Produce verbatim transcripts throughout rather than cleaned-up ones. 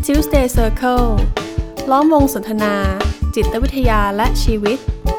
Tuesday Circle ล้อมวงสนทนาจิตวิทยาและชีวิต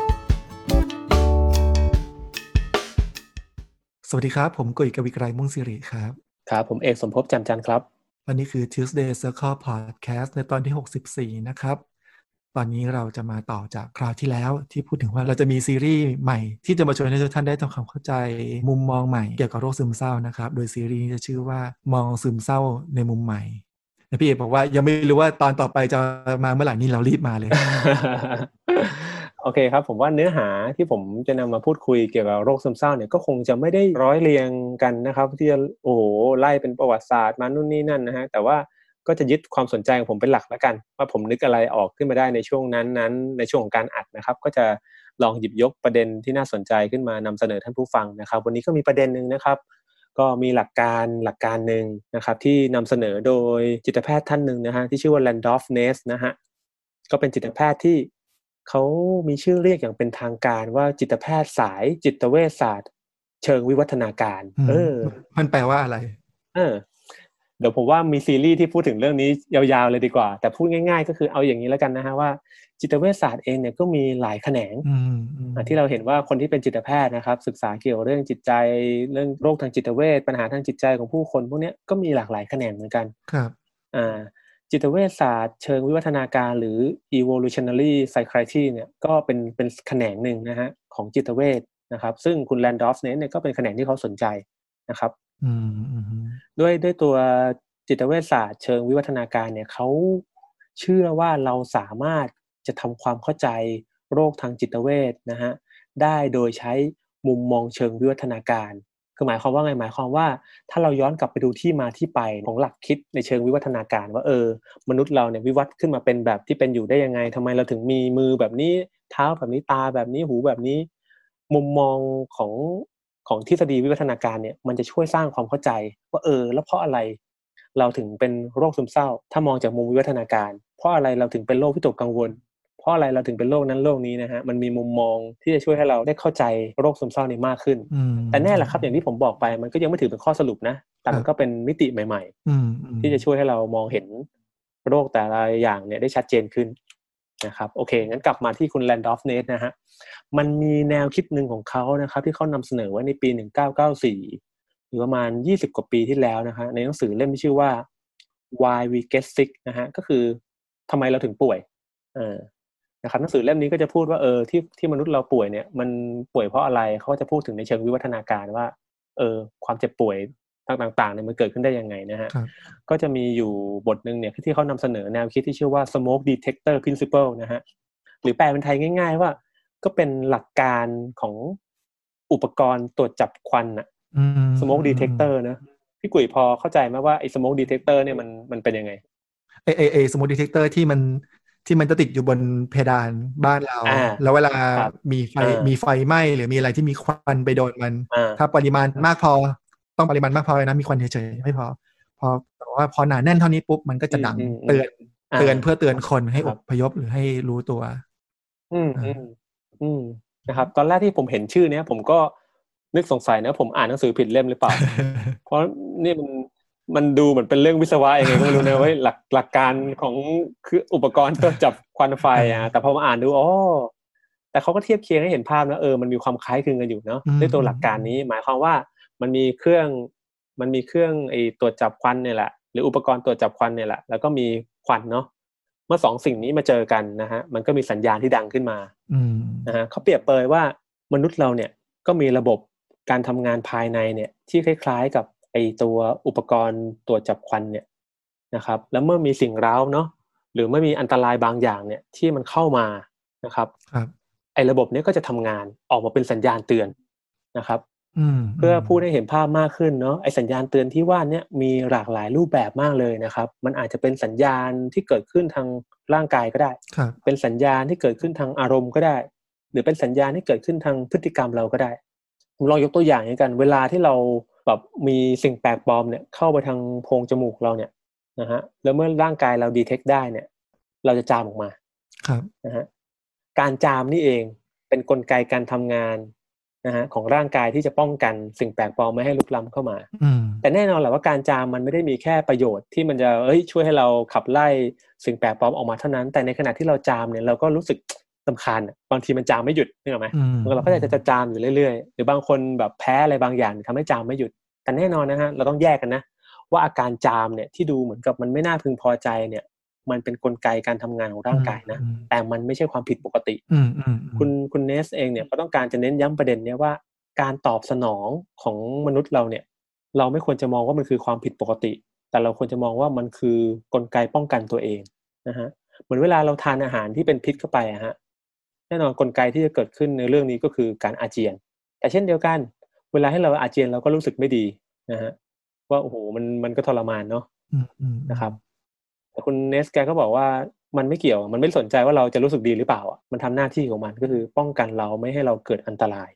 สวัสดีครับผมกุยกวิกรัยมุ่งสิริครับครับผมเอกสมภพแจ่มจันทร์ครับวันนี้คือ Tuesday Circle Podcast ในตอนที่หกสิบสี่นะครับตอนนี้เราจะมาต่อจากคราวที่แล้วที่พูดถึงว่าเราจะมีซีรีส์ใหม่ที่จะมาชวนให้ทุกท่านได้ทำความเข้าใจมุมมองใหม่เกี่ยวกับโรคซึมเศร้านะครับโดยซีรีส์จะชื่อว่ามองซึมเศร้าในมุมใหม่พี่เอกบอกว่ายังไม่รู้ว่าตอนต่อไปจะมาเมื่อไหร่นี่เรารีบมาเลยโอเคครับผมว่าเนื้อหาที่ผมจะนำมาพูดคุยเกี่ยวกับโรคซึมเศร้าเนี่ยก็คงจะไม่ได้ร้อยเรียงกันนะครับที่จะโอ้โหไล่เป็นประวัติศาสตร์มานู่นนี่นั่นนะฮะแต่ว่าก็จะยึดความสนใจของผมเป็นหลักแล้วกันว่าผมนึกอะไรออกขึ้นมาได้ในช่วงนั้นนั้นในช่วงของการอัดนะครับก็จะลองหยิบยกประเด็นที่น่าสนใจขึ้นมานำเสนอท่านผู้ฟังนะครับวันนี้ก็มีประเด็นนึงนะครับก็มีหลักการหลักการนึงนะครับที่นำเสนอโดยจิตแพทย์ท่านนึงนะฮะที่ชื่อว่า Randolph Ness นะฮะก็เป็นจิตแพทย์ที่เขามีชื่อเรียกอย่างเป็นทางการว่าจิตแพทย์สายจิตเวชศาสตร์เชิงวิวัฒนาการเออมันแปลว่าอะไรเออเดี๋ยวผมว่ามีซีรีส์ที่พูดถึงเรื่องนี้ยาวๆเลยดีกว่าแต่พูดง่ายๆก็คือเอาอย่างนี้แล้วกันนะฮะว่าจิตเวชศาสตร์เองเนี่ยก็มีหลายแขนงที่เราเห็นว่าคนที่เป็นจิตแพทย์นะครับศึกษาเกี่ยวเรื่องจิตใจเรื่องโรคทางจิตเวชปัญหาทางจิตใจของผู้คนพวกนี้ก็มีหลากหลายแขนงเหมือนกันครับอ่าจิตเวชศาสตร์เชิงวิวัฒนาการหรือ evolutionary psychiatry เนี่ยก็เป็นเป็นแขนงหนึ่งนะฮะของจิตเวชนะครับซึ่งคุณแลนดอฟเนี่ยก็เป็นแขนงที่เขาสนใจนะครับด้วยด้วยตัวจิตเวชศาสตร์เชิงวิวัฒนาการเนี่ยเขาเชื่อว่าเราสามารถจะทำความเข้าใจโรคทางจิตเวชนะฮะได้โดยใช้มุมมองเชิงวิวัฒนาการคือหมายความว่าไงหมายความว่าถ้าเราย้อนกลับไปดูที่มาที่ไปของหลักคิดในเชิงวิวัฒนาการว่าเออมนุษย์เราเนี่ยวิวัฒน์ขึ้นมาเป็นแบบที่เป็นอยู่ได้ยังไงทำไมเราถึงมีมือแบบนี้เท้าแบบนี้ตาแบบนี้หูแบบนี้มุมมองของของทฤษฎีวิวัฒนาการเนี่ยมันจะช่วยสร้างความเข้าใจว่าเออแล้วเพราะอะไรเราถึงเป็นโรคซึมเศร้าถ้ามองจากมุมวิวัฒนาการเพราะอะไรเราถึงเป็นโรควิตกกังวลเพราะอะไรเราถึงเป็นโรคนั้นโรคนี้นะฮะมันมีมุมมองที่จะช่วยให้เราได้เข้าใจโรคซึมเศร้านี้มากขึ้นแต่แน่แหละครับอย่างที่ผมบอกไปมันก็ยังไม่ถือเป็นข้อสรุปนะแต่มันก็เป็นมิติใหม่ๆที่จะช่วยให้เรามองเห็นโรคแต่ละอย่างเนี่ยได้ชัดเจนขึ้นนะครับโอเคงั้นกลับมาที่คุณแลนดอฟเนสนะฮะมันมีแนวคิดหนึ่งของเขานะครับที่เขานำเสนอไว้ในปีหนึ่งพันเก้าร้อยเก้าสิบสี่หรือประมาณยี่สิบกว่าปีที่แล้วนะฮะในหนังสือเล่มที่ชื่อว่า Why We Get Sick นะฮะก็คือทำไมเราถึงป่วยเออนะครับหนังสือเล่มนี้ก็จะพูดว่าเออที่ที่มนุษย์เราป่วยเนี่ยมันป่วยเพราะอะไรเขาก็จะพูดถึงในเชิงวิวัฒนาการว่าเออความเจ็บป่วยต่างๆเนี่ยมันเกิดขึ้นได้ยังไงนะฮะก็จะมีอยู่บทนึงเนี่ยที่เขานำเสนอแนวคิดที่ชื่อว่า smoke detector principle นะฮะหรือแปลเป็นไทยง่ายๆว่าก็เป็นหลักการของอุปกรณ์ตรวจจับควันน่ะ smoke detector นะพี่กุ้ยพอเข้าใจไหมว่าไอ้ smoke detector เนี่ยมันมันเป็นยังไงไอ้ไอ้ไอ้ smoke detector ที่มันที่มันจะติดอยู่บนเพดานบ้านเราแล้วเวลามีไฟมีไฟไหม้หรือมีอะไรที่มีควันไปโดนมันถ้าปริมาณมากพอต้องปริมาณมากพอเลยนะมีควันเฉยๆไม่พอพอแต่ว่าพอหนาแน่นเท่านี้ปุ๊บมันก็จะดังเตือนเตือนเพื่อเตือนคนให้อพยพหรือให้รู้ตัวอืมอืมอืมนะครับตอนแรกที่ผมเห็นชื่อเนี้ยผมก็นึกสงสัยนะผมอ่านหนังสือผิดเล่มหรือเปล่า เพราะนี่มันมันดูเหมือนเป็นเรื่องวิศวะยังไงก็ไม่รู้นะว่าหลักหลักการของคืออุปกรณ์ตรวจจับควันไฟอ่ะแต่พอมาอ่านดูอ๋อแต่เขาก็เทียบเคียงให้เห็นภาพนะเออมันมีความคล้ายคลึงกันอยู่เนาะด้วยตัวหลักการนี้หมายความว่ามันมีเครื่องมันมีเครื่องไอ้ตรวจจับควันเนี่ยแหละหรืออุปกรณ์ตรวจจับควันเนี่ยแหละแล้วก็มีควันเนาะเมื่อสองสิ่งนี้มาเจอกันนะฮะมันก็มีสัญญาณที่ดังขึ้นมานะฮะเขาเปรียบเปรยว่ามนุษย์เราเนี่ยก็มีระบบการทำงานภายในเนี่ยที่คล้ายๆกับไอตัวอุปกรณ์ตรวจจับควันเนี่ยนะครับแล้วเมื่อมีสิ่งเร้าเนาะหรือเมื่อมีอันตรายบางอย่างเนี่ยที่มันเข้ามานะครับไอระบบนี้ก็จะทำงานออกมาเป็นสัญญาณเตือนนะครับเพื่อพูดให้เห็นภาพมากขึ้นเนาะไอสัญญาณเตือนที่ว่าเนี่ยมีหลากหลายรูปแบบมากเลยนะครับมันอาจจะเป็นสัญญาณที่เกิดขึ้นทางร่างกายก็ได้เป็นสัญญาณที่เกิดขึ้นทางอารมณ์ก็ได้หรือเป็นสัญญาณที่เกิดขึ้นทางพฤติกรรมเราก็ได้ผมลองยกตัวอย่างให้กันเวลาที่เราแบบมีสิ่งแปลกปลอมเนี่ยเข้าไปทางโพรงจมูกเราเนี่ยนะฮะแล้วเมื่อร่างกายเราดีเทคได้เนี่ยเราจะจามออกมาครับนะฮะการจามนี่เองเป็นกลไกการทำงานนะฮะของร่างกายที่จะป้องกันสิ่งแปลกปลอมไม่ให้ลุกล้ำเข้ามาอืมแต่แน่นอนแหละว่าการจามมันไม่ได้มีแค่ประโยชน์ที่มันจะเอ้ยช่วยให้เราขับไล่สิ่งแปลกปลอมออกมาเท่านั้นแต่ในขณะที่เราจามเนี่ยเราก็รู้สึกรำคาญบางทีมันจามไม่หยุดนึกออกไหมเราก็จะจะจามอยู่เรื่อยๆหรือบางคนแบบแพ้อะไรบางอย่างทำให้จามไม่หยุดแต่แน่นอนนะฮะเราต้องแยกกันนะว่าอาการจามเนี่ยที่ดูเหมือนกับมันไม่น่าพึงพอใจเนี่ยมันเป็นกลไกการทำงานของร่างกายนะแต่มันไม่ใช่ความผิดปกติคุณคุณเนสเองเนี่ยก็ต้องการจะเน้นย้ำประเด็นนี้ว่าการตอบสนองของมนุษย์เราเนี่ยเราไม่ควรจะมองว่ามันคือความผิดปกติแต่เราควรจะมองว่ามันคือกลไกป้องกันตัวเองนะฮะเหมือนเวลาเราทานอาหารที่เป็นพิษเข้าไปอะฮะแน่นอนกลไกที่จะเกิดขึ้นในเรื่องนี้ก็คือการอาเจียนแต่เช่นเดียวกันเวลาให้เราอาเจียนเราก็รู้สึกไม่ดีนะฮะว่าโอ้โหมันมันก็ทรมานเนาะนะครับแต่คุณเนสแกก็บอกว่ามันไม่เกี่ยวมันไม่สนใจว่าเราจะรู้สึกดีหรือเปล่าอ่ะมันทำหน้าที่ของมันก็คือป้องกันเราไม่ให้เราเกิดอันตราย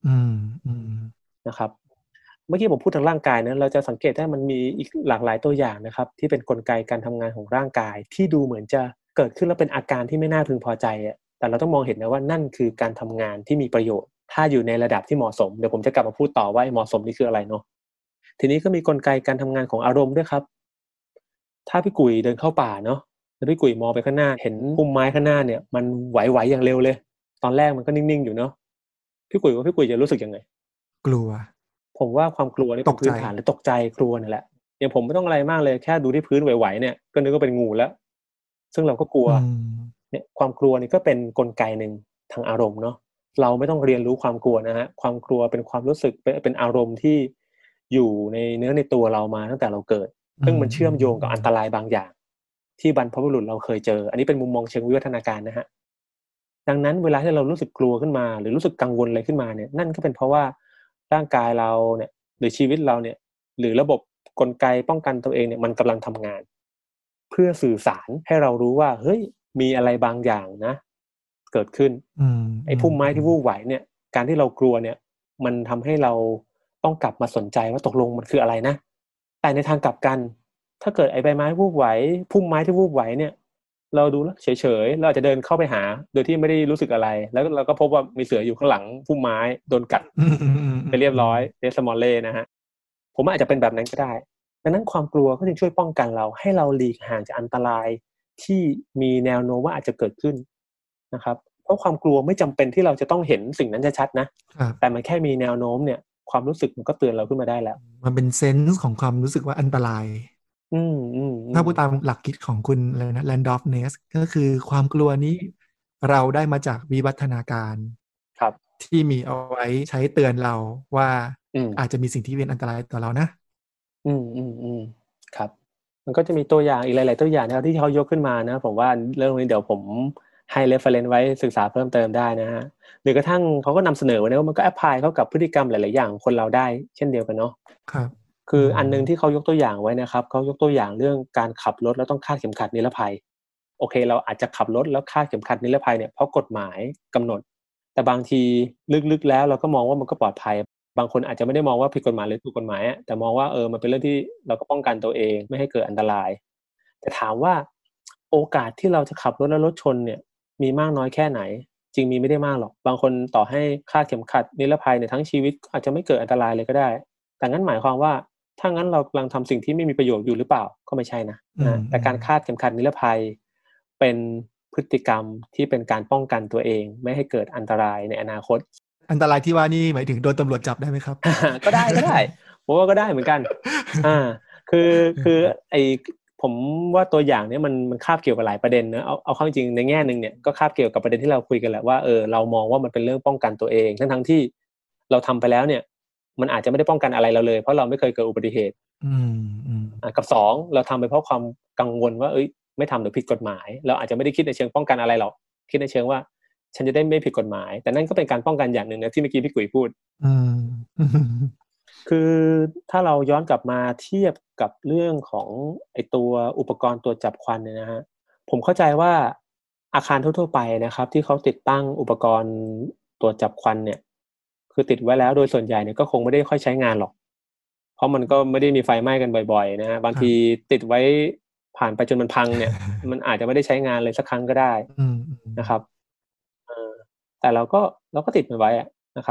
นะครับเมื่อกี้ผมพูดทางร่างกายนะเราจะสังเกตได้มันมีอีกหลากหลายตัวอย่างนะครับที่เป็นกลไกการทำงานของร่างกายที่ดูเหมือนจะเกิดขึ้นแล้วเป็นอาการที่ไม่น่าพึงพอใจอ่ะแต่เราต้องมองเห็นนะว่านั่นคือการทำงานที่มีประโยชน์ถ้าอยู่ในระดับที่เหมาะสมเดี๋ยวผมจะกลับมาพูดต่อว่าเหมาะสมนี่คืออะไรเนาะทีนี้ก็มีกลไกการทำงานของอารมณ์ด้วยครับถ้าพี่กุ๋ยเดินเข้าป่าเนาะแล้วพี่กุ๋ยมองไปข้างหน้าเห็นพุ่มไม้ข้างหน้าเนี่ยมันไหวๆอย่างเร็วเลยตอนแรกมันก็นิ่งๆอยู่เนาะพี่กุ๋ยว่าพี่กุ๋ยจะรู้สึกยังไงกลัวผมว่าความกลัวนี่เป็นพื้นฐานและตกใจกลัวนั่นแหละอย่างผมไม่ต้องอะไรมากเลยแค่ดูที่พื้นไหวๆเนี่ยก็นึกว่าเป็นงูแล้วซึ่งเราก็กลัวเนี่ยความกลัวนี่ก็เป็นกลไกนึงทางอารมณ์เนาะเราไม่ต้องเรียนรู้ความกลัวนะฮะความกลัวเป็นความรู้สึกเป็นเป็นอารมณ์ที่อยู่ในเนื้อในตัวเรามาตั้งแต่เราเกิดซึ่งมันเชื่อมโยงกับอันตรายบางอย่างที่บรรพบุรุษเราเคยเจออันนี้เป็นมุมมองเชิงวิวัฒนาการนะฮะดังนั้นเวลาที่เรารู้สึกกลัวขึ้นมาหรือรู้สึกกังวลอะไรขึ้นมาเนี่ยนั่นก็เป็นเพราะว่าร่างกายเราเนี่ยหรือชีวิตเราเนี่ยหรือระบบกลไกป้องกันตัวเองเนี่ยมันกำลังทำงานเพื่อสื่อสารให้เรารู้ว่าเฮ้ยมีอะไรบางอย่างนะเกิดขึ้นไอ้พุ่มไม้ที่วูบไหวเนี่ยการที่เรากลัวเนี่ยมันทำให้เราต้องกลับมาสนใจว่าตกลงมันคืออะไรนะแต่ในทางกลับกันถ้าเกิดไอ้ใบไม้วูบไหวพุ่มไม้ที่วูบไหวเนี่ยเราดูแล้วเฉยๆเราอาจจะเดินเข้าไปหาโดยที่ไม่ได้รู้สึกอะไรแล้วเราก็พบว่ามีเสืออยู่ข้างหลังพุ่มไม้โดนกัดไปเรียบร้อยเดสมอลเล่นะฮะผมอาจจะเป็นแบบนั้นก็ได้ดังนั้นความกลัวก็จึงช่วยป้องกันเราให้เราหลีกห่างจากอันตรายที่มีแนวโน้มว่าอาจจะเกิดขึ้นนะครับเพราะความกลัวไม่จำเป็นที่เราจะต้องเห็นสิ่งนั้นชัดๆนะแต่มันแค่มีแนวโน้มเนี่ยความรู้สึกมันก็เตือนเราขึ้นมาได้แล้วมันเป็นเซนส์ของความรู้สึกว่าอันตรายอืมอืมถ้าพูดตามหลักคิดของคุณอะไรนะแลนดอร์ฟเนสก็คือความกลัวนี้เราได้มาจากวิวัฒนาการครับที่มีเอาไว้ใช้เตือนเราว่าอาจจะมีสิ่งที่เป็นอันตรายต่อเรานะอืมอืมอืมครับมันก็จะมีตัวอย่างอีกหลายๆตัวอย่างนะครับที่เขายกขึ้นมานะผมว่าเรื่องนี้เดี๋ยวผมให้ reference ไว้ศึกษาเพิ่มเติมได้นะฮะหรือกระทั่งเขาก็นำเสนอไว้นะว่ามันก็แอพพลายเข้ากับพฤติกรรมหลายๆอย่างคนเราได้เช่นเดียวกันเนาะครับคืออันนึงที่เขายกตัวอย่างไว้นะครับเขายกตัวอย่างเรื่องการขับรถแล้วต้องคาดเข็มขัดนิรภัยโอเคเราอาจจะขับรถแล้วคาดเข็มขัดนิรภัยเนี่ยเพราะกฎหมายกำหนดแต่บางทีลึกๆแล้วเราก็มองว่ามันก็ปลอดภัยบางคนอาจจะไม่ได้มองว่าผิดกฎหมายหรือถูกกฎหมายแต่มองว่าเออมันเป็นเรื่องที่เราก็ป้องกันตัวเองไม่ให้เกิดอันตรายแต่ถามว่าโอกาสที่เราจะขับรถแล้วรถชนเนี่ยมีมากน้อยแค่ไหนจริงมีไม่ได้มากหรอกบางคนต่อให้คาดเข็มขัดนิรภัยในทั้งชีวิตอาจจะไม่เกิดอันตรายเลยก็ได้แต่งั้นหมายความว่าถ้างั้นเรากำลังทำสิ่งที่ไม่มีประโยชน์อยู่หรือเปล่าก็ไม่ใช่นะนะแต่การคาดเข็มขัดนิรภัยเป็นพฤติกรรมที่เป็นการป้องกันตัวเองไม่ให้เกิดอันตรายในอนาคตอันตรายที่ว่านี่หมายถึงโดนตำรวจจับได้ไหมครับก็ได้ก็ได้ผมว่าก็ได้เหมือนกันอ่าคือคือไอผมว่าตัวอย่างเนี้ยมันมันคาบเกี่ยวกับหลายประเด็นนะเอาเอาเข้าจริงในแง่นึงเนี่ยก็คาบเกี่ยวกับประเด็นที่เราคุยกันแหละว่าเออเรามองว่ามันเป็นเรื่องป้องกันตัวเองทั้งทั้งที่เราทำไปแล้วเนี่ยมันอาจจะไม่ได้ป้องกันอะไรเราเลยเพราะเราไม่เคยเกิดอุบัติเหตุอืมอืมอ่ากับสองเราทำไปเพราะความกังวลว่าเอ้ยไม่ทำหรือผิดกฎหมายเราอาจจะไม่ได้คิดในเชิงป้องกันอะไรหรอกคิดในเชิงว่าฉันจะได้ไม่ผิดกฎหมายแต่นั่นก็เป็นการป้องกันอย่างหนึ่งนะที่เมื่อกี้พี่กุ๋ยพูดอืมคือถ้าเราย้อนกลับมาเทียบกับเรื่องของไอตัวอุปกรณ์ตรวจจับควันเนี่ยนะฮะผมเข้าใจว่าอาคารทั่วๆไปนะครับที่เขาติดตั้งอุปกรณ์ตรวจจับควันเนี่ยคือติดไว้แล้วโดยส่วนใหญ่เนี่ยก็คงไม่ได้ค่อยใช้งานหรอกเพราะมันก็ไม่ได้มีไฟไหม้กันบ่อยๆนะฮะบางทีติดไว้ผ่านไปจนมันพังเนี่ยมันอาจจะไม่ได้ใช้งานเลยสักครั้งก็ได้นะครับแต่เราก็เราก็ติดมันไว้นะครับ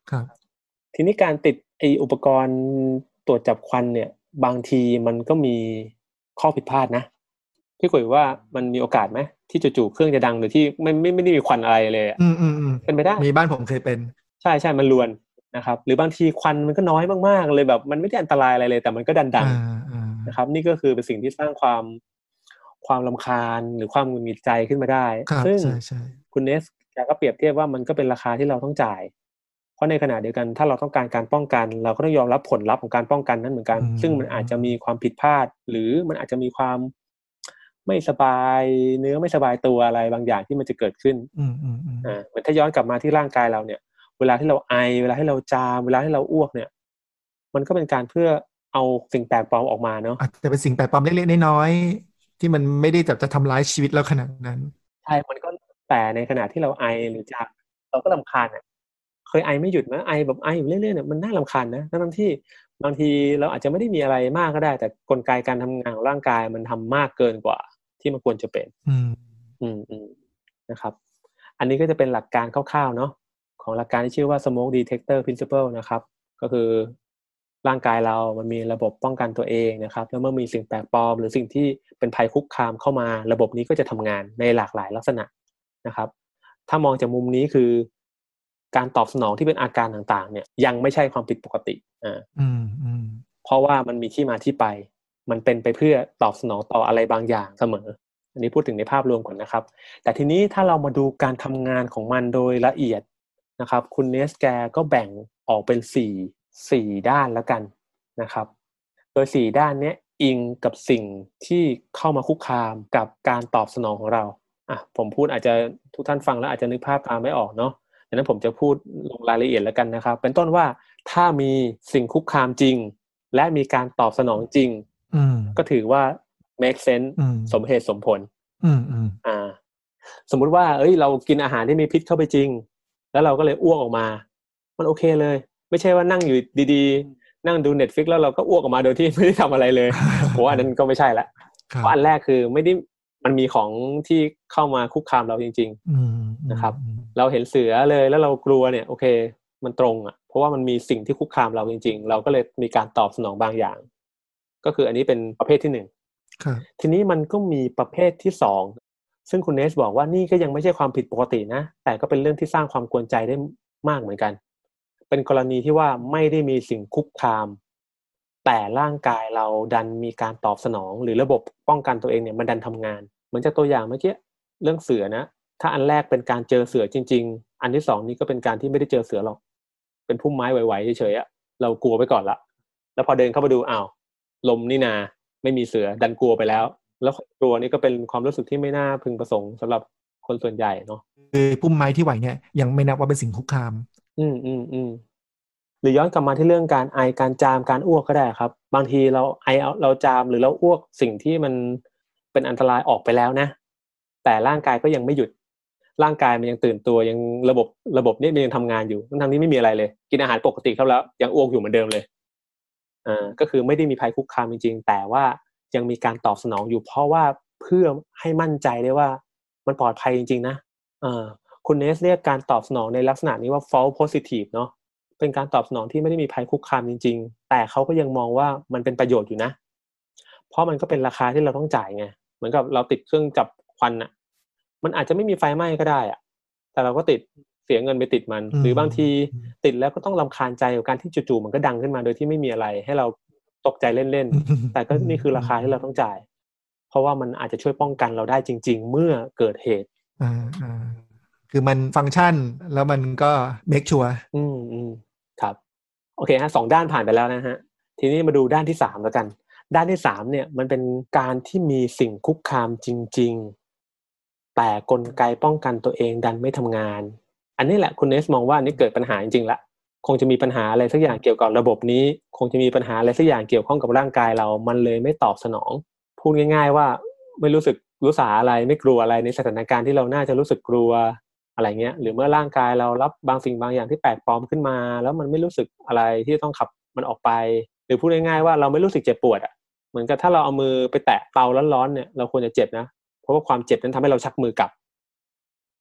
ครับทีนี้การติดไอ้อุปกรณ์ตรวจจับควันเนี่ยบางทีมันก็มีข้อผิดพลาดนะพี่กุยว่ามันมีโอกาสไหมที่จู่ๆเครื่องจะดังโดยที่ไม่ไม่ไม่ได้มีควันอะไรเลยอ่ะอืมอืมอืมเป็นไปได้มีบ้านผมเคยเป็นใช่ใช่มันรวนนะครับหรือบางทีควันมันก็น้อยมากๆเลยแบบมันไม่ได้อันตรายอะไรเลยแต่มันก็ดันดังอ่าอ่านะครับนี่ก็คือเป็นสิ่งที่สร้างความความรำคาญหรือความหงุดหงิดใจขึ้นมาได้ครับซึ่งใช่ใช่คุณเนสแกก็เปรียบเทียบว่ามันก็เป็นราคาที่เราต้องจ่ายเพราะในขณะเดียวกันถ้าเราต้องการการป้องกันเราก็ต้องยอมรับผลลัพธ์ของการป้องกันนั้นเหมือนกันอืมซึ่งมันอาจจะมีความผิดพลาดหรือมันอาจจะมีความไม่สบายเนื้อไม่สบายตัวอะไรบางอย่างที่มันจะเกิดขึ้นอืมอืมอืมอ่าเหมือนถ้าย้อนกลับมาที่ร่างกายเราเนี่ยเวลาที่เราไอเวลาที่เราจามเวลาที่เราอ้วกเนี่ยมันก็เป็นการเพื่อเอาสิ่งแปลกปลอมออกมาเนาะอาจจะเป็นสิ่งแปลกปลอมเล็กๆน้อยๆที่มันไม่ได้จะจะทำร้ายชีวิตเราขนาดนั้นใช่มันก็แต่ในขณะที่เราไอหรือจามเราก็รำคาญอ่ะเคยไอไม่หยุดไหมไอแบบไออยู่เรื่อยๆเนี่ยมันน่ารำคาญนะทั้งที่บางทีเราอาจจะไม่ได้มีอะไรมากก็ได้แต่กลไกการทำงานของร่างกายมันทำมากเกินกว่าที่มันควรจะเป็นอืมอืมอืมนะครับอันนี้ก็จะเป็นหลักการคร่าวๆเนาะของหลักการที่ชื่อว่า smoke detector principle นะครับก็คือร่างกายเรามันมีระบบป้องกันตัวเองนะครับแล้วเมื่อมีสิ่งแปลกปลอมหรือสิ่งที่เป็นภัยคุกคามเข้ามาระบบนี้ก็จะทำงานในหลากหลายลักษณะนะครับถ้ามองจากมุมนี้คือการตอบสนองที่เป็นอาการต่างๆเนี่ยยังไม่ใช่ความผิดปกติอ่าอืมอืมเพราะว่ามันมีที่มาที่ไปมันเป็นไปเพื่อตอบสนองต่ออะไรบางอย่างเสมออันนี้พูดถึงในภาพรวมก่อนนะครับแต่ทีนี้ถ้าเรามาดูการทำงานของมันโดยละเอียดนะครับคุณเนสแกก็แบ่งออกเป็นสี่สี่ด้านแล้วกันนะครับโดยสี่ด้านนี้อิงกับสิ่งที่เข้ามาคุกคามกับการตอบสนองของเราอ่ะผมพูดอาจจะทุกท่านฟังแล้วอาจจะนึกภาพตามไม่ออกเนาะดังนั้นผมจะพูดลงรายละเอียดแล้วกันนะครับเป็นต้นว่าถ้ามีสิ่งคุกคามจริงและมีการตอบสนองจริงอืมก็ถือว่า make sense อืมสมเหตุสมผลอืมอืมอ่าสมมุติว่าเอ้ยเรากินอาหารที่มีพิษเข้าไปจริงแล้วเราก็เลยอ้วกออกมามันโอเคเลยไม่ใช่ว่านั่งอยู่ดีๆนั่งดู Netflix แล้วเราก็อ้วกออกมาโดยที่ไม่ได้ทำอะไรเลยผมว่าอันนั้นก็ไม่ใช่ละเพราะอันแรกคือไม่ได้มันมีของที่เข้ามาคุกคามเราจริงๆนะครับเราเห็นเสือเลยแล้วเรากลัวเนี่ยโอเคมันตรงอ่ะเพราะว่ามันมีสิ่งที่คุกคามเราจริงๆเราก็เลยมีการตอบสนองบางอย่างก็คืออันนี้เป็นประเภทที่หนึ่งทีนี้มันก็มีประเภทที่สองซึ่งคุณเนสบอกว่านี่ก็ยังไม่ใช่ความผิดปกตินะแต่ก็เป็นเรื่องที่สร้างความกวนใจได้มากเหมือนกันเป็นกรณีที่ว่าไม่ได้มีสิ่งคุกคามแต่ร่างกายเราดันมีการตอบสนองหรือระบบป้องกันตัวเองเนี่ยมันดันทำงานเหมือนจากตัวอย่างเมื่อกี้เรื่องเสือนะถ้าอันแรกเป็นการเจอเสือจริงๆอันที่สองนี้ก็เป็นการที่ไม่ได้เจอเสือหรอกเป็นพุ่มไม้ไหวๆเฉยๆอะเรากลัวไปก่อนละแล้วพอเดินเข้ามาดูอ้าวลมนี่นาไม่มีเสือดันกลัวไปแล้วแล้วกลัวนี่ก็เป็นความรู้สึกที่ไม่น่าพึงประสงค์สำหรับคนส่วนใหญ่เนาะคือพุ่มไม้ที่ไหวเนี่ยยังไม่นับว่าเป็นสิ่งคุกคามอืมอืมอืมหรือย้อนกลับมาที่เรื่องการไอการจามการอ้วกก็ได้ครับบางทีเราไอเราจามหรือเราอ้วกสิ่งที่มันเป็นอันตรายออกไปแล้วนะแต่ร่างกายก็ยังไม่หยุดร่างกายมันยังตื่นตัวยังระบบระบบนี้มันยังทำงานอยู่ทั้งที่ไม่มีอะไรเลยกินอาหารปกติเข้าแล้วยังอ้วกอยู่เหมือนเดิมเลยอ่าก็คือไม่ได้มีภัยคุกคามจริงๆแต่ว่ายังมีการตอบสนองอยู่เพราะว่าเพื่อให้มั่นใจได้ว่ามันปลอดภัยจริงๆนะอ่าคุณเนสเรียกการตอบสนองในลักษณะนี้ว่า false positive เนาะเป็นการตอบสนองที่ไม่ได้มีภัยคุกคามจริงๆแต่เขาก็ยังมองว่ามันเป็นประโยชน์อยู่นะเพราะมันก็เป็นราคาที่เราต้องจ่ายไงเหมือนกับเราติดเครื่องจับควันอ่ะมันอาจจะไม่มีไฟไหม้ก็ได้อ่ะแต่เราก็ติดเสียเงินไปติดมันหรือบางทีติดแล้วก็ต้องรำคาญใจกับการที่จู่ๆมันก็ดังขึ้นมาโดยที่ไม่มีอะไรให้เราตกใจเล่นๆแต่ก็นี่คือราคาที่เราต้องจ่ายเพราะว่ามันอาจจะช่วยป้องกันเราได้จริงๆเมื่อเกิดเหตุอ่าอ่าคือมันฟังก์ชันแล้วมันก็เมคชัวร์อืมอืมครับโอเคฮะสองด้านผ่านไปแล้วนะฮะทีนี้มาดูด้านที่สามแล้วกันด้านที่สามเนี่ยมันเป็นการที่มีสิ่งคุกคามจริงๆแต่กลไกป้องกันตัวเองดันไม่ทำงานอันนี้แหละคุณเนสมองว่านี่เกิดปัญหาจริงๆละคงจะมีปัญหาอะไรสักอย่างเกี่ยวกับระบบนี้คงจะมีปัญหาอะไรสักอย่างเกี่ยวข้องกับร่างกายเรามันเลยไม่ตอบสนองพูดง่ายๆว่าไม่รู้สึกรู้สาอะไรไม่กลัวอะไรในสถานการณ์ที่เราน่าจะรู้สึกกลัวอะไรเงี้ยหรือเมื่อร่างกายเรารับบางสิ่งบางอย่างที่แปลกปลอมขึ้นมาแล้วมันไม่รู้สึกอะไรที่ต้องขับมันออกไปหรือพูดง่ายๆว่าเราไม่รู้สึกเจ็บปวดอ่ะเหมือนกับถ้าเราเอามือไปแตะเตาร้อนๆเนี่ยเราควรจะเจ็บนะเพราะว่าความเจ็บนั้นทำให้เราชักมือกลับ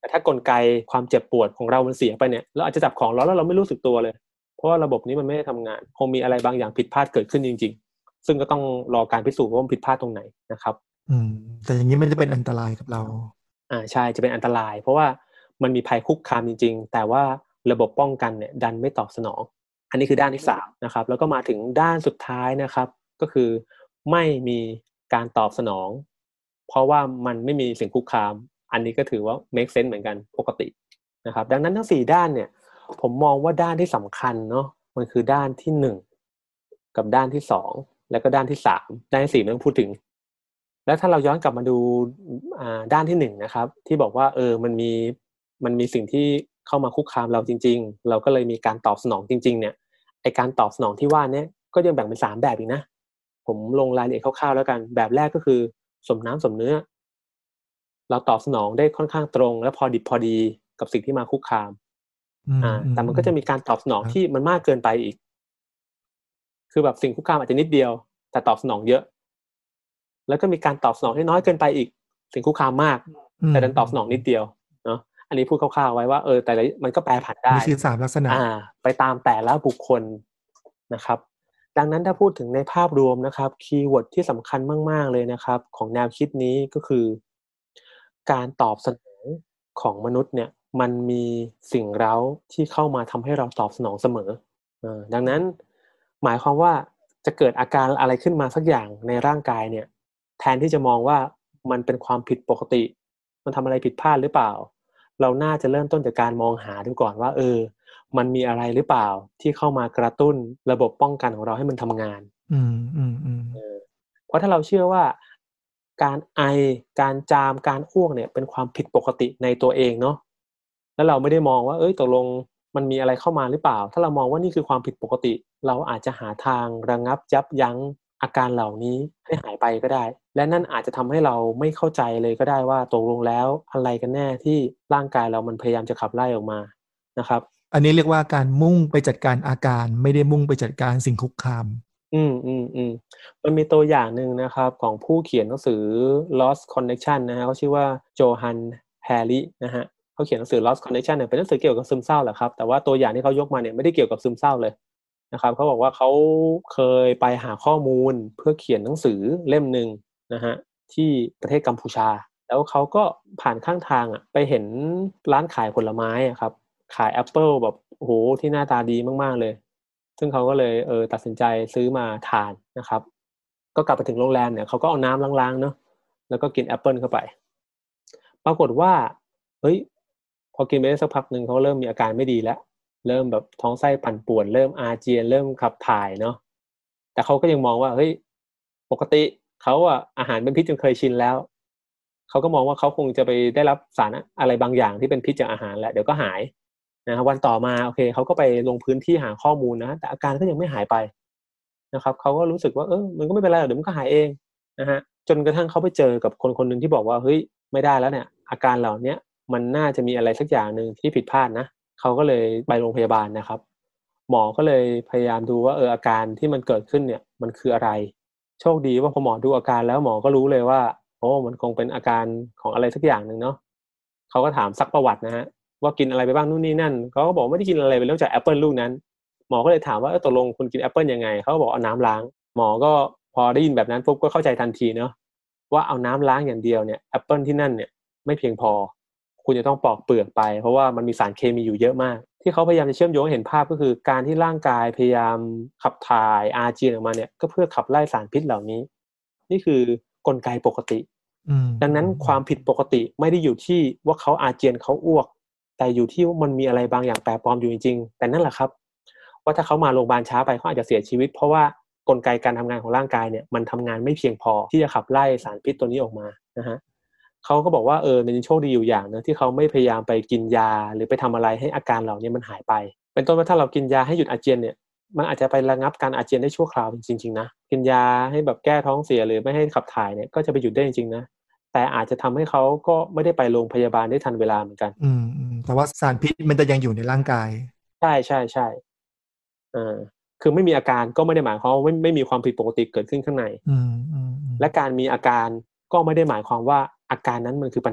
แต่ถ้ากลไกความเจ็บปวดของเรามันเสียไปเนี่ยเราอาจจะจับของร้อนแล้วเราไม่รู้สึกตัวเลยเพราะว่าระบบนี้มันไม่ได้ทำงานคงมีอะไรบางอย่างผิดพลาดเกิดขึ้นจริงๆซึ่งก็ต้องรอการพิสูจน์ว่ามันผิดพลาดตรงไหนนะครับอืมแต่อย่างนี้มันจะเป็นอันตรายกับเราอ่าใช่จะเป็นอันตรายเพราะว่ามันมีภัยคุกคามจริงๆแต่ว่าระบบป้องกันเนี่ยดันไม่ตอบสนองอันนี้คือด้านที่สามนะครับแล้วก็มาถึงด้านสุดท้ายนะครับก็คือไม่มีการตอบสนองเพราะว่ามันไม่มีสิ่งคุกคามอันนี้ก็ถือว่า make sense เหมือนกันปกตินะครับดังนั้นทั้งสี่ด้านเนี่ยผมมองว่าด้านที่สำคัญเนาะมันคือด้านที่หนึ่งกับด้านที่สองแล้วก็ด้านที่สามด้านที่สี่ไม่ต้องพูดถึงแล้วถ้าเราย้อนกลับมาดูอ่าด้านที่หนึ่งนะครับที่บอกว่าเออมันมีมันมีสิ่งที่เข้ามาคุกคามเราจริงๆเราก็เลยมีการตอบสนองจริงๆเนี่ยไอการตอบสนองที่ว่านี้ก็ยังแบ่งเป็นสามแบบอีกนะผมลงรายละเอียดคร่าวๆแล้วกันแบบแรกก็คือสมน้ำสมเนื้อเราตอบสนองได้ค่อนข้างตรงและพอดิบพอดีกับสิ่งที่มาคุกคามอ่าแต่มันก็จะมีการตอบสนองที่มันมากเกินไปอีกคือแบบสิ่งคุกคามอาจจะนิดเดียวแต่ตอบสนองเยอะแล้วก็มีการตอบสนองที่น้อยเกินไปอีกสิ่งคุกคามมากแต่ดันตอบสนองนิดเดียวเนาะอันนี้พูดคร่าวๆไว้ว่าเออแต่ละมันก็แปรผันได้นี่คือสามลักษณะอ่าไปตามแต่ละบุคคลนะครับดังนั้นถ้าพูดถึงในภาพรวมนะครับคีย์เวิร์ดที่สำคัญมากๆเลยนะครับของแนวคิดนี้ก็คือการตอบสนองของมนุษย์เนี่ยมันมีสิ่งเร้าที่เข้ามาทำให้เราตอบสนองเสมอเออดังนั้นหมายความว่าจะเกิดอาการอะไรขึ้นมาสักอย่างในร่างกายเนี่ยแทนที่จะมองว่ามันเป็นความผิดปกติมันทำอะไรผิดพลาดหรือเปล่าเราน่าจะเริ่มต้นจากการมองหาดูก่อนว่าเออมันมีอะไรหรือเปล่าที่เข้ามากระตุ้นระบบป้องกันของเราให้มันทำงานอืมอืมอืมเพราะถ้าเราเชื่อว่าการไอการจามการอ้วกเนี่ยเป็นความผิดปกติในตัวเองเนาะแล้วเราไม่ได้มองว่าเอ้ยตกลงมันมีอะไรเข้ามาหรือเปล่าถ้าเรามองว่านี่คือความผิดปกติเราอาจจะหาทางระงับยับยั้งอาการเหล่านี้ให้หายไปก็ได้และนั่นอาจจะทำให้เราไม่เข้าใจเลยก็ได้ว่าตกลงแล้วอะไรกันแน่ที่ร่างกายเรามันพยายามจะขับไล่ออกมานะครับอันนี้เรียกว่าการมุ่งไปจัดการอาการไม่ได้มุ่งไปจัดการสิ่งคุกคามอืมอืมอืมมันมีตัวอย่างหนึ่งนะครับของผู้เขียนหนังสือ Lost Connection นะฮะเขาชื่อว่าโจฮันแฮร์รินะฮะเขาเขียนหนังสือ Lost Connection เนี่ยเป็นหนังสือเกี่ยวกับซึมเศร้าแหละครับแต่ว่าตัวอย่างที่เขายกมาเนี่ยไม่ได้เกี่ยวกับซึมเศร้าเลยนะครับเขาบอกว่าเขาเคยไปหาข้อมูลเพื่อเขียนหนังสือเล่มหนึ่งนะฮะที่ประเทศกัมพูชาแล้วเขาก็ผ่านข้างทางอ่ะไปเห็นร้านขายผลไม้อ่ะครับขายแอปเปิลแบบโอ้โหที่หน้าตาดีมากๆเลยซึ่งเขาก็เลยเออตัดสินใจซื้อมาทานนะครับก็กลับไปถึงโรงแรมเนี่ยเขาก็เอาน้ำล้างๆเนาะแล้วก็กินแอปเปิลเข้าไปปรากฏว่าเฮ้ยพอกินไปได้สักพักนึงเขาเริ่มมีอาการไม่ดีแล้วเริ่มแบบท้องไส้ปั่นป่วนเริ่มอาเจียนเริ่มขับถ่ายเนาะแต่เขาก็ยังมองว่าเฮ้ยปกติเขาอะอาหารเป็นพิษจนเคยชินแล้วเขาก็มองว่าเขาคงจะไปได้รับสารอะไรบางอย่างที่เป็นพิษจากอาหารแหละเดี๋ยวก็หายนะวันต่อมาโอเคเขาก็ไปลงพื้นที่หาข้อมูลนะแต่อาการก็ยังไม่หายไปนะครับเขาก็รู้สึกว่าเออมันก็ไม่เป็นไรเดี๋ยวมันก็หายเองนะฮะจนกระทั่งเขาไปเจอกับคนคนนึงที่บอกว่าเฮ้ยไม่ได้แล้วเนี่ยอาการเหล่านี้มันน่าจะมีอะไรสักอย่างนึงที่ผิดพลาดนะเขาก็เลยไปโรงพยาบาลนะครับหมอก็เลยพยายามดูว่าเอออาการที่มันเกิดขึ้นเนี่ยมันคืออะไรโชคดีว่าพอหมอดูอาการแล้วหมอก็รู้เลยว่าโอ้มันคงเป็นอาการของอะไรสักอย่างนึงเนาะเขาก็ถามซักประวัตินะฮะว่ากินอะไรไปบ้างนู่นนี่นั่นเขาก็บอกไม่ได้กินอะไรไปนอกจากแอปเปิลลูกนั้นหมอก็เลยถามว่าเออตกลงคุณกินแอปเปิลยังไงเขาก็บอกเอาน้ำล้างหมอก็พอได้ยินแบบนั้นปุ๊บก็เข้าใจทันทีเนาะว่าเอาน้ำล้างอย่างเดียวเนี่ยแอปเปิลที่นั่นเนี่ยไม่เพียงพอคุณจะต้องปอกเปลือกไปเพราะว่ามันมีสารเคมีอยู่เยอะมากที่เขาพยายามจะเชื่อมโยงให้เห็นภาพก็คือการที่ร่างกายพยายามขับถ่ายอาเจียนออกมาเนี่ยก็เพื่อขับไล่สารพิษเหล่านี้นี่คือกลไกปกติดังนั้นความผิดปกติไม่ได้อยู่ที่ว่าเขาอาเจียนเขาอ้วกแต่อยู่ที่ว่ามันมีอะไรบางอย่างแปลกปลอมอยู่จริงๆแต่นั่นแหละครับว่าถ้าเขามาโรงพยาบาลช้าไปเขาอาจจะเสียชีวิตเพราะว่ากลไกการทำงานของร่างกายเนี่ยมันทำงานไม่เพียงพอที่จะขับไล่สารพิษตัวนี้ออกมานะฮะเขาก็บอกว่าเออมันโชคดีอยู่อย่างนะที่เขาไม่พยายามไปกินยาหรือไปทำอะไรให้อาการเหล่านี้มันหายไปเป็นต้นว่าถ้าเรากินยาให้หยุดอาเจียนเนี่ยมันอาจจะไประงับการอาเจียนได้ชั่วคราวจริงๆนะกินยาให้แบบแก้ท้องเสียหรือไม่ให้ขับถ่ายเนี่ยก็จะไปหยุดได้จริงๆนะแต่อาจจะทำให้เขาก็ไม่ได้ไปโรงพยาบาลได้ทันเวลาเหมือนกันอืมแต่ว่าสารพิษมันจะยังอยู่ในร่างกายใช่ใช่ใช่อ่าคือไม่มีอาการก็ไม่ได้หมายความว่าไม่ไม่มีความผิดปกติเกิดขึ้นข้างในและการมีอาการก็ไม่ได้หมายความว่าอาการนั้นมันคือปัญหา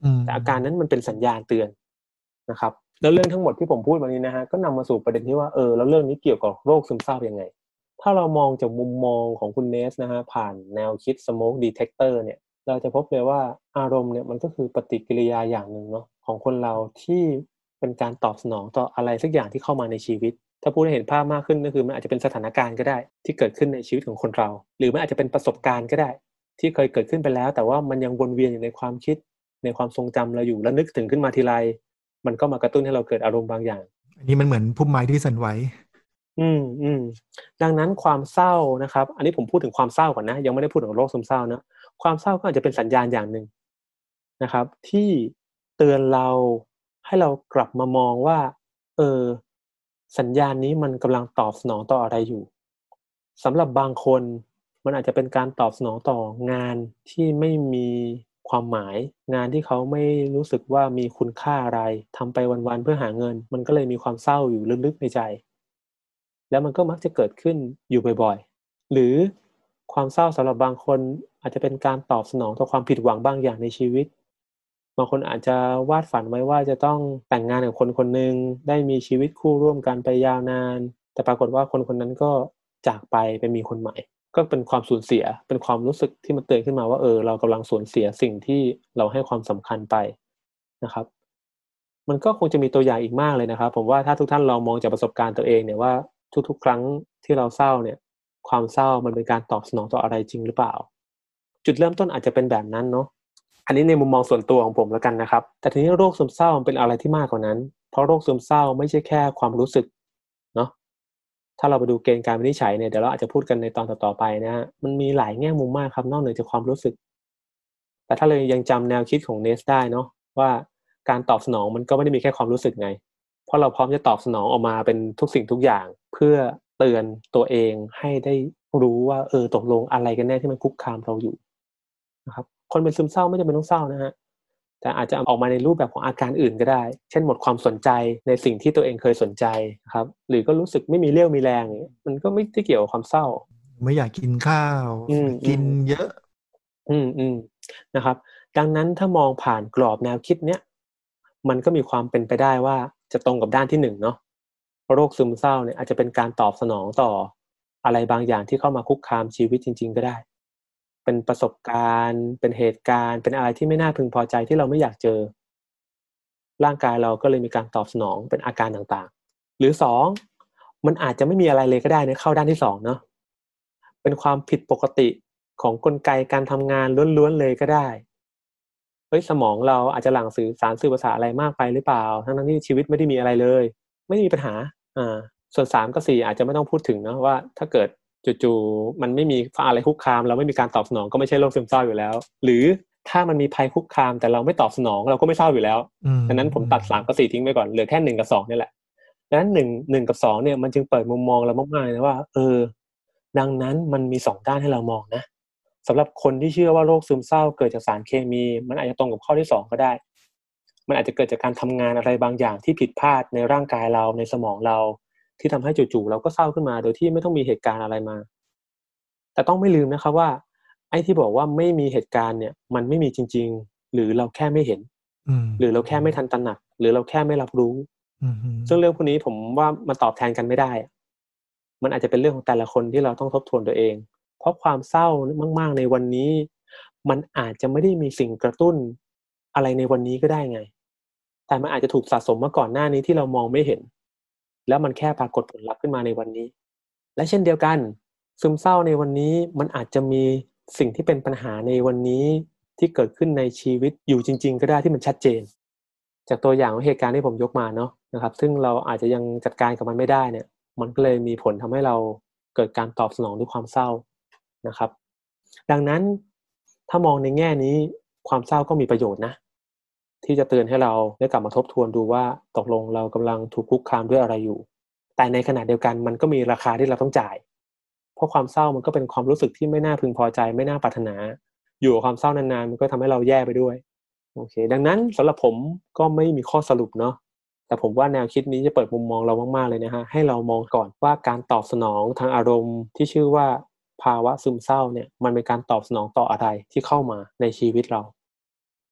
แต่อาการนั้นมันเป็นสัญญาณเตือนนะครับแล้วเรื่องทั้งหมดที่ผมพูดมานี้นะฮะก็นำมาสู่ประเด็นที่ว่าเออแล้วเรื่องนี้เกี่ยวกับโรคซึมเศร้ายังไงถ้าเรามองจากมุมมองของคุณเนสนะฮะผ่านแนวคิด smoke detector เนี่ยเราจะพบเลยว่าอารมณ์เนี่ยมันก็คือปฏิกิริยาอย่างหนึ่งเนาะของคนเราที่เป็นการตอบสนองต่ออะไรสักอย่างที่เข้ามาในชีวิตถ้าพูดให้เห็นภาพมากขึ้นก็คือมันอาจจะเป็นสถานการณ์ก็ได้ที่เกิดขึ้นในชีวิตของคนเราหรือมันอาจจะเป็นประสบการณ์ก็ได้ที่เคยเกิดขึ้นไปแล้วแต่ว่ามันยังวนเวียนอยู่ในความคิดในความทรงจำเราอยู่แล้วนึกถึงขึ้นมาทีไรมันก็มากระตุ้นให้เราเกิดอารมณ์บางอย่างอันนี้มันเหมือนพุ่มไม้ที่สั่นไหวอืมอืมดังนั้นความเศร้านะครับอันนี้ผมพูดถึงความเศร้าก่อนนะยังไม่ได้พูดถึงโรคซึมเศร้านะความเศร้าก็อาจจะเป็นสัญญาณอย่างหนึ่งนะครับที่เตือนเราให้เรากลับมามองว่าเออสัญญาณนี้มันกำลังตอบสนองต่ออะไรอยู่สำหรับบางคนมันอาจจะเป็นการตอบสนองต่องานที่ไม่มีความหมายงานที่เขาไม่รู้สึกว่ามีคุณค่าอะไรทำไปวันๆเพื่อหาเงินมันก็เลยมีความเศร้าอยู่ลึกๆในใจแล้วมันก็มักจะเกิดขึ้นอยู่บ่อยๆหรือความเศร้าสำหรับบางคนอาจจะเป็นการตอบสนองต่อความผิดหวังบางอย่างในชีวิตบางคนอาจจะวาดฝันไว้ว่าจะต้องแต่งงานกับคนคนหนึ่งได้มีชีวิตคู่ร่วมกันไปยาวนานแต่ปรากฏว่าคนคนนั้นก็จากไปไปมีคนใหม่ก็เป็นความสูญเสียเป็นความรู้สึกที่มันเตือนขึ้นมาว่าเออเรากำลังสูญเสียสิ่งที่เราให้ความสำคัญไปนะครับมันก็คงจะมีตัวอย่างอีกมากเลยนะครับผมว่าถ้าทุกท่านลองมองจากประสบการณ์ตัวเองเนี่ยว่าทุกๆครั้งที่เราเศร้าเนี่ยความเศร้ามันเป็นการตอบสนองต่ออะไรจริงหรือเปล่าจุดเริ่มต้นอาจจะเป็นแบบนั้นเนาะอันนี้ในมุมมองส่วนตัวของผมแล้วกันนะครับแต่ทีนี้โรคซึมเศร้ามันเป็นอะไรที่มากกว่านั้นเพราะโรคซึมเศร้าไม่ใช่แค่ความรู้สึกเนาะถ้าเราไปดูเกณฑ์การวินิจฉัยเนี่ยเดี๋ยวเราอาจจะพูดกันในตอนต่อๆไปนะฮะมันมีหลายแง่มุมมากครับนอกเหนือจากความรู้สึกแต่ถ้าเรายังจำแนวคิดของเนสได้เนาะว่าการตอบสนองมันก็ไม่ได้มีแค่ความรู้สึกไงเพราะเราพร้อมจะตอบสนองออกมาเป็นทุกสิ่งทุกอย่างเพื่อเตือนตัวเองให้ได้รู้ว่าเออตกลงอะไรกันแน่ที่มันคุกคามเราอยู่นะครับคนเป็นซึมเศร้าไม่จำเป็นต้องเศร้านะฮะแต่อาจจะออกมาในรูปแบบของอาการอื่นก็ได้เช่นหมดความสนใจในสิ่งที่ตัวเองเคยสนใจครับหรือก็รู้สึกไม่มีเรี่ยวมีแรงมันก็ไม่ได้เกี่ยวกับความเศร้าไม่อยากกินข้าวกินเยอะอืมอืมนะครับดังนั้นถ้ามองผ่านกรอบแนวคิดเนี้ยมันก็มีความเป็นไปได้ว่าจะตรงกับด้านที่หนึ่งเนาะโรคซึมเศร้าเนี่ยอาจจะเป็นการตอบสนองต่ออะไรบางอย่างที่เข้ามาคุกคามชีวิตจริงๆก็ได้เป็นประสบการณ์เป็นเหตุการณ์เป็นอะไรที่ไม่น่าพึงพอใจที่เราไม่อยากเจอร่างกายเราก็เลยมีการตอบสนองเป็นอาการต่างๆหรือสองมันอาจจะไม่มีอะไรเลยก็ได้นะเข้าด้านที่สองเนาะเป็นความผิดปกติของกลไกการทำงานล้วนๆเลยก็ได้เฮ้ยสมองเราอาจจะหลั่งสื่อสารสื่อประสาทอะไรมากไปหรือเปล่าทั้งๆที่ชีวิตไม่ได้มีอะไรเลยไม่มีปัญหาอ่าส่วนสามกับสี่อาจจะไม่ต้องพูดถึงเนาะว่าถ้าเกิดจู่ๆมันไม่มีอะไรคุกคามเราไม่มีการตอบสนองก็ไม่ใช่โรคซึมเศร้าอยู่แล้วหรือถ้ามันมีภัยคุกคามแต่เราไม่ตอบสนองเราก็ไม่เศร้าอยู่แล้วดังนั้นผมตัดสามกับสี่ทิ้งไปก่อนเหลือแค่หนึ่งกับสองนี่แหละดังนั้นหนึ่ง หนึ่งกับสองเนี่ยมันจึงเปิดมุมมองเรามากๆนะว่าเออดังนั้นมันมีสองด้านให้เรามองนะสำหรับคนที่เชื่อว่าโรคซึมเศร้าเกิดจากสารเคมีมันอาจจะตรงกับข้อที่สองก็ได้มันอาจจะเกิดจากการทำงานอะไรบางอย่างที่ผิดพลาดในร่างกายเราในสมองเราที่ทำให้จู่ๆเราก็เศร้าขึ้นมาโดยที่ไม่ต้องมีเหตุการณ์อะไรมาแต่ต้องไม่ลืมนะครับว่าไอ้ที่บอกว่าไม่มีเหตุการณ์เนี่ยมันไม่มีจริงๆหรือเราแค่ไม่เห็นหรือเราแค่ไม่ทันตระหนักหรือเราแค่ไม่รับรู้ซึ่งเรื่องพวกนี้ผมว่ามันตอบแทนกันไม่ได้มันอาจจะเป็นเรื่องของแต่ละคนที่เราต้องทบทวนตัวเองเพราะความเศร้ามากๆในวันนี้มันอาจจะไม่ได้มีสิ่งกระตุ้นอะไรในวันนี้ก็ได้ไงแต่มันอาจจะถูกสะสมมาก่อนหน้านี้ที่เรามองไม่เห็นแล้วมันแค่ปรากฏผลลัพธ์ขึ้นมาในวันนี้และเช่นเดียวกันซึมเศร้าในวันนี้มันอาจจะมีสิ่งที่เป็นปัญหาในวันนี้ที่เกิดขึ้นในชีวิตอยู่จริงๆก็ได้ที่มันชัดเจนจากตัวอย่างของเหตุการณ์ที่ผมยกมาเนาะนะครับซึ่งเราอาจจะยังจัดการกับมันไม่ได้เนี่ยมันก็เลยมีผลทำให้เราเกิดการตอบสนองด้วยความเศร้านะครับดังนั้นถ้ามองในแง่นี้ความเศร้าก็มีประโยชน์นะที่จะเตือนให้เราได้กลับมาทบทวนดูว่าตกลงเรากำลังถูกคุกคามด้วยอะไรอยู่แต่ในขณะเดียวกันมันก็มีราคาที่เราต้องจ่ายเพราะความเศร้ามันก็เป็นความรู้สึกที่ไม่น่าพึงพอใจไม่น่าปรารถนาอยู่กับความเศร้านานๆมันก็ทำให้เราแย่ไปด้วยโอเคดังนั้นสำหรับผมก็ไม่มีข้อสรุปเนาะแต่ผมว่าแนวคิดนี้จะเปิดมุมมองเรามากๆเลยนะฮะให้เรามองก่อนว่าการตอบสนองทางอารมณ์ที่ชื่อว่าภาวะซึมเศร้าเนี่ยมันเป็นการตอบสนองต่ออะไรที่เข้ามาในชีวิตเรา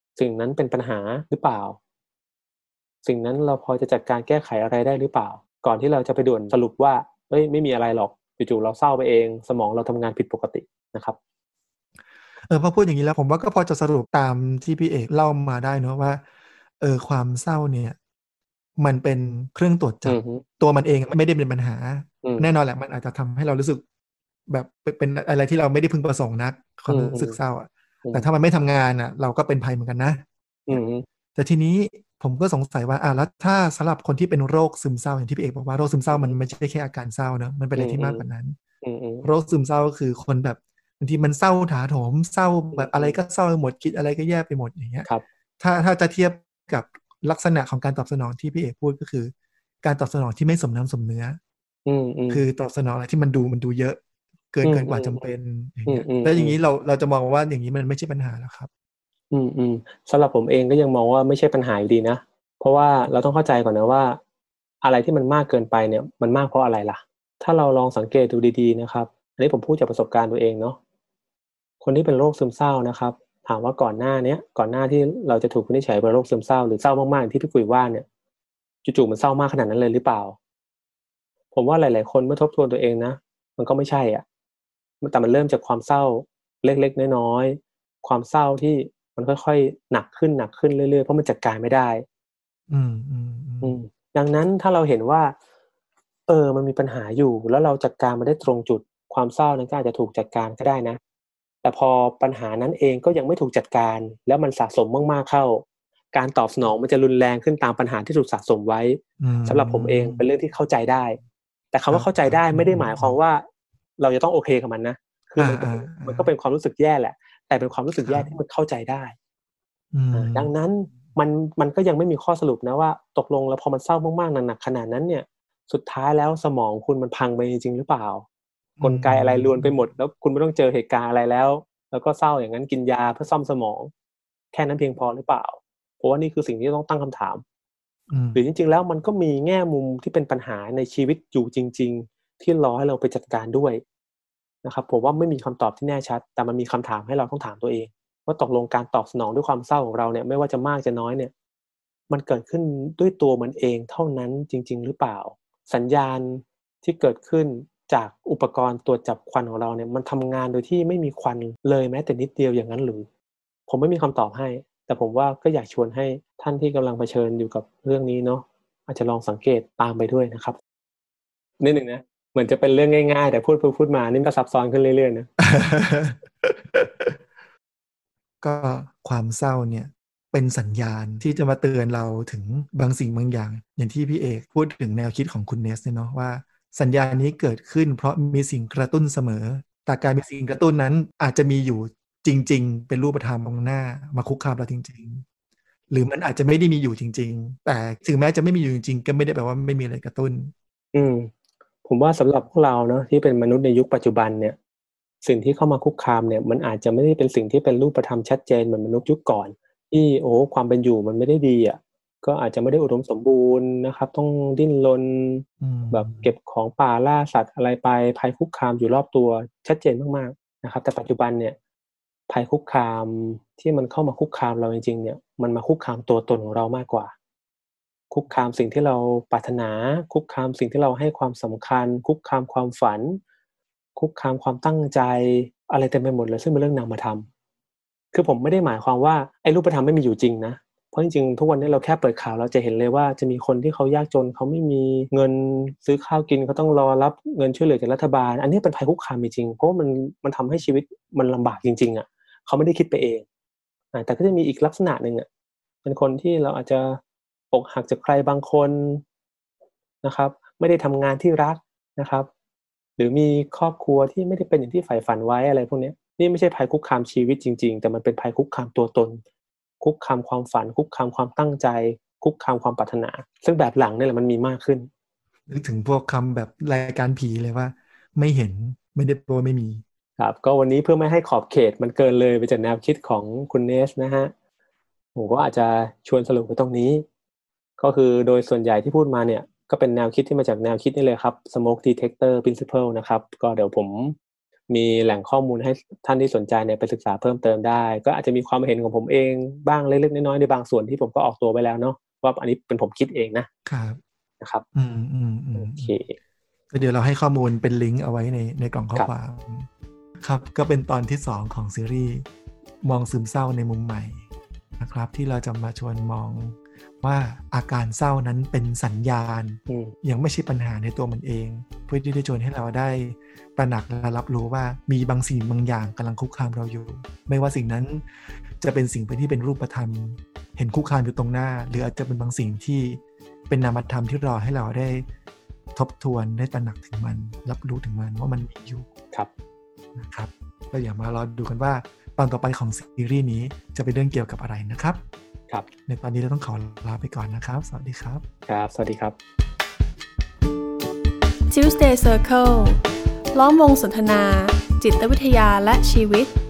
สิ่งนั้นเป็นปัญหาหรือเปล่าสิ่งนั้นเราพอจะจัดการแก้ไขอะไรได้หรือเปล่าก่อนที่เราจะไปด่วนสรุปว่าเอ้ยไม่มีอะไรหรอกจู่ๆเราเศร้าไปเองสมองเราทำงานผิดปกตินะครับเออพอพูดอย่างนี้แล้วผมว่าก็พอจะสรุปตามที่พี่เอกเล่ามาได้เนอะว่าเออความเศร้าเนี่ยมันเป็นเครื่องตรวจจับตัวมันเองไม่ได้เป็นปัญหาแน่นอนแหละมันอาจจะทำให้เรารู้สึกแบบเป็นอะไรที่เราไม่ได้พึงประสงค์นักความรู้สึกเศร้าอ่ะแต่ถ้ามันไม่ทำงานอ่ะเราก็เป็นภัยเหมือนกันนะแต่ทีนี้ผมก็สงสัยว่าอ่ะแล้วถ้าสำหรับคนที่เป็นโรคซึมเศร้าอย่างที่พี่เอกบอกว่าโรคซึมเศร้ามันไม่ใช่แค่อาการเศร้าเนอะมันเป็นอะไรที่มากกว่านั้นโรคซึมเศร้าก็คือคนแบบบางทีมันเศร้าถาโถมเศร้าแบบอะไรก็เศร้าไปหมดคิดอะไรก็แย่ไปหมดอย่างเงี้ยถ้าถ้าจะเทียบกับลักษณะของการตอบสนองที่พี่เอกพูดก็คือการตอบสนองที่ไม่สมน้ำสมเนื้อคือตอบสนองอะไรที่มันดูมันดูเยอะเกินเกินกว่าจำเป็นอย่างเงี้ยแล้วอย่างนี้เราเราจะมองว่าอย่างนี้มันไม่ใช่ปัญหาแล้วครับอืมอืมสำหรับผมเองก็ยังมองว่าไม่ใช่ปัญหาอยู่ดีนะเพราะว่าเราต้องเข้าใจก่อนนะว่าอะไรที่มันมากเกินไปเนี่ยมันมากเพราะอะไรล่ะถ้าเราลองสังเกตดูดีๆนะครับอันนี้ผมพูดจากประสบการณ์ตัวเองเนาะคนที่เป็นโรคซึมเศร้านะครับถามว่าก่อนหน้านี้ก่อนหน้าที่เราจะถูกวินิจฉัยเป็นโรคซึมเศร้าหรือเศร้ามากๆที่พี่กุยว่าเนี่ยจู่ๆมันเศร้ามากขนาดนั้นเลยหรือเปล่าผมว่าหลายๆคนเมื่อทบทวนตัวเองนะมันก็ไม่ใช่อ่ะแต่มันเริ่มจากความเศร้าเล็กๆน้อยๆความเศร้าที่มันค่อยๆหนักขึ้นหนักขึ้นเรื่อยๆเพราะมันจัดการไม่ได้อืมอืมอืมดังนั้นถ้าเราเห็นว่าเออมันมีปัญหาอยู่แล้วเราจัดการมันได้ตรงจุดความเศร้านั้นก็อาจจะถูกจัดการก็ได้นะแต่พอปัญหานั้นเองก็ยังไม่ถูกจัดการแล้วมันสะสมมากๆเข้าการตอบสนองมันจะรุนแรงขึ้นตามปัญหาที่ถูกสะสมไว้สำหรับผมเองเป็นเรื่องที่เข้าใจได้แต่คำว่าเข้าใจได้ไม่ได้หมายความว่าเราจะต้องโอเคกับมันนะคือมันก็มันก็เป็นความรู้สึกแย่แหละแต่เป็นความรู้สึกแย่ที่มันเข้าใจได้ดังนั้นมันมันก็ยังไม่มีข้อสรุปนะว่าตกลงแล้วพอมันเศร้ามากๆหนักๆขนาดนั้นเนี่ยสุดท้ายแล้วสมองคุณมันพังไปจริงๆหรือเปล่ากลไกอะไรรวนไปหมดแล้วคุณไม่ต้องเจอเหตุการณ์อะไรแล้วแล้วก็เศร้าอย่างนั้นกินยาเพื่อซ่อมสมองแค่นั้นเพียงพอหรือเปล่าเพราะว่านี่คือสิ่งที่ต้องตั้งคำถามหรือจริงๆแล้วมันก็มีแง่มุมที่เป็นปัญหาในชีวิตอยู่จริงๆที่รอให้เราไปจัดการด้วยนะครับผมว่าไม่มีคำตอบที่แน่ชัดแต่มันมีคำถามให้เราต้องถามตัวเองว่าตกลงการตอบสนองด้วยความเศร้าของเราเนี่ยไม่ว่าจะมากจะน้อยเนี่ยมันเกิดขึ้นด้วยตัวมันเองเท่านั้นจริงๆหรือเปล่าสัญญาณที่เกิดขึ้นจากอุปกรณ์ตรวจจับควันของเราเนี่ยมันทำงานโดยที่ไม่มีควันเลยแม้แต่นิดเดียวอย่างนั้นหรือผมไม่มีคำตอบให้แต่ผมว่าก็อยากชวนให้ท่านที่กำลังเผชิญอยู่กับเรื่องนี้เนาะอาจจะลองสังเกตตามไปด้วยนะครับนิดหนึ่งนะเหมือนจะเป็นเรื่องง่ายๆแต่พูดไปพูดมานี่ก็ซับซ้อนขึ้นเรื่อยๆนะก็ความเศร้าเนี่ยเป็นสัญญาณที่จะมาเตือนเราถึงบางสิ่งบางอย่างอย่างที่พี่เอกพูดถึงแนวคิดของคุณเนสเนี่ยเนาะว่าสัญญาณนี้เกิดขึ้นเพราะมีสิ่งกระตุ้นเสมอแต่การมีสิ่งกระตุ้นนั้นอาจจะมีอยู่จริงๆเป็นรูปธรรมตรงหน้ามาคุกคามเราจริงๆหรือมันอาจจะไม่ได้มีอยู่จริงๆแต่ถึงแม้จะไม่มีอยู่จริงๆก็ไม่ได้แปลว่าไม่มีอะไรกระตุ้นอืมผมว่าสำหรับพวกเราเนาะที่เป็นมนุษย์ในยุคปัจจุบันเนี่ยสิ่งที่เข้ามาคุกคามเนี่ยมันอาจจะไม่ได้เป็นสิ่งที่เป็นรูปธรรมชัดเจนเหมือนมนุษย์ยุคก่อนที่โอ้ความเป็นอยู่มันไม่ได้ดีอ่ะก็อาจจะไม่ได้อุดมสมบูรณ์นะครับต้องดิ้นรนแบบเก็บของป่าล่าสัตว์อะไรไปภัยคุกคามอยู่รอบตัวชัดเจนมากๆนะครับแต่ปัจจุบันเนี่ยภัยคุกคามที่มันเข้ามาคุกคามเราจริงๆเนี่ยมันมาคุกคามตัวตนของเรามากกว่าคุกคามสิ่งที่เราปรารถนาคุกคามสิ่งที่เราให้ความสำคัญคุกคามความฝันคุกคามความตั้งใจอะไรเต็มไปหมดเลยซึ่งเป็นเรื่องนามธรรมคือผมไม่ได้หมายความว่าไอ้รูปธรรมไม่มีอยู่จริงนะเพราะจริงๆทุกวันนี้เราแค่เปิดข่าวเราจะเห็นเลยว่าจะมีคนที่เขายากจนเขาไม่มีเงินซื้อข้าวกินเขาต้องรอรับเงินช่วยเหลือจากรัฐบาลอันนี้เป็นภัยคุกคามจริงๆเพราะมันมันทำให้ชีวิตมันลำบากจริงๆอ่ะเขาไม่ได้คิดไปเองแต่ก็จะมีอีกลักษณะหนึ่งอ่ะเป็นคนที่เราอาจจะอกหักจากใครบางคนนะครับไม่ได้ทำงานที่รักนะครับหรือมีครอบครัวที่ไม่ได้เป็นอย่างที่ใฝ่ฝันไว้อะไรพวกนี้นี่ไม่ใช่ภัยคุกคามชีวิตจริงๆแต่มันเป็นภัยคุกคามตัวตนคุกคามความฝันคุกคามความตั้งใจคุกคามความปรารถนาซึ่งแบบหลังนี่แหละมันมีมากขึ้นนึกถึงพวกคำแบบรายการผีเลยว่าไม่เห็นไม่ได้แปลว่าไม่มีครับก็วันนี้เพื่อไม่ให้ขอบเขตมันเกินเลยไปจากแนวคิดของคุณเนสนะฮะผมก็อาจจะชวนสรุปไปตรงนี้ก็คือโดยส่วนใหญ่ที่พูดมาเนี่ยก็เป็นแนวคิดที่มาจากแนวคิดนี่เลยครับ smoke detector principle นะครับก็เดี๋ยวผมมีแหล่งข้อมูลให้ท่านที่สนใจเนี่ยไปศึกษาเพิ่มเติมได้ก็อาจจะมีความเห็นของผมเองบ้างเล็กๆน้อยๆในบางส่วนที่ผมก็ออกตัวไปแล้วเนาะว่าอันนี้เป็นผมคิดเองนะครับนะครับอืมอืมโอเคก็เดี๋ยวเราให้ข้อมูลเป็นลิงก์เอาไว้ในในกล่องข้อความครับก็เป็นตอนที่สองของซีรีส์มองซึมเศร้าในมุมใหม่นะครับที่เราจะมาชวนมองว่าอาการเศร้านั้นเป็นสัญญาณยังไม่ใช่ปัญหาในตัวมันเองเพื่อที่จะชวนให้เราได้ตระหนักและรับรู้ว่ามีบางสิ่งบางอย่างกำลังคุกคามเราอยู่ไม่ว่าสิ่งนั้นจะเป็นสิ่งที่เป็นรูปธรรมเห็นคุกคามอยู่ตรงหน้าหรืออาจจะเป็นบางสิ่งที่เป็นนามธรรมที่รอให้เราได้ทบทวนได้ตระหนักถึงมันรับรู้ถึงมันว่ามันมีอยู่ครับนะครับก็อย่ามารอดูกันว่าตอนต่อไปของซีรีส์นี้จะเป็นเรื่องเกี่ยวกับอะไรนะครับครับในตอนนี้เราต้องขอลาไปก่อนนะครับสวัสดีครับครับสวัสดีครับ Tuesday Circle ล้อมวงสนทนาจิตวิทยาและชีวิต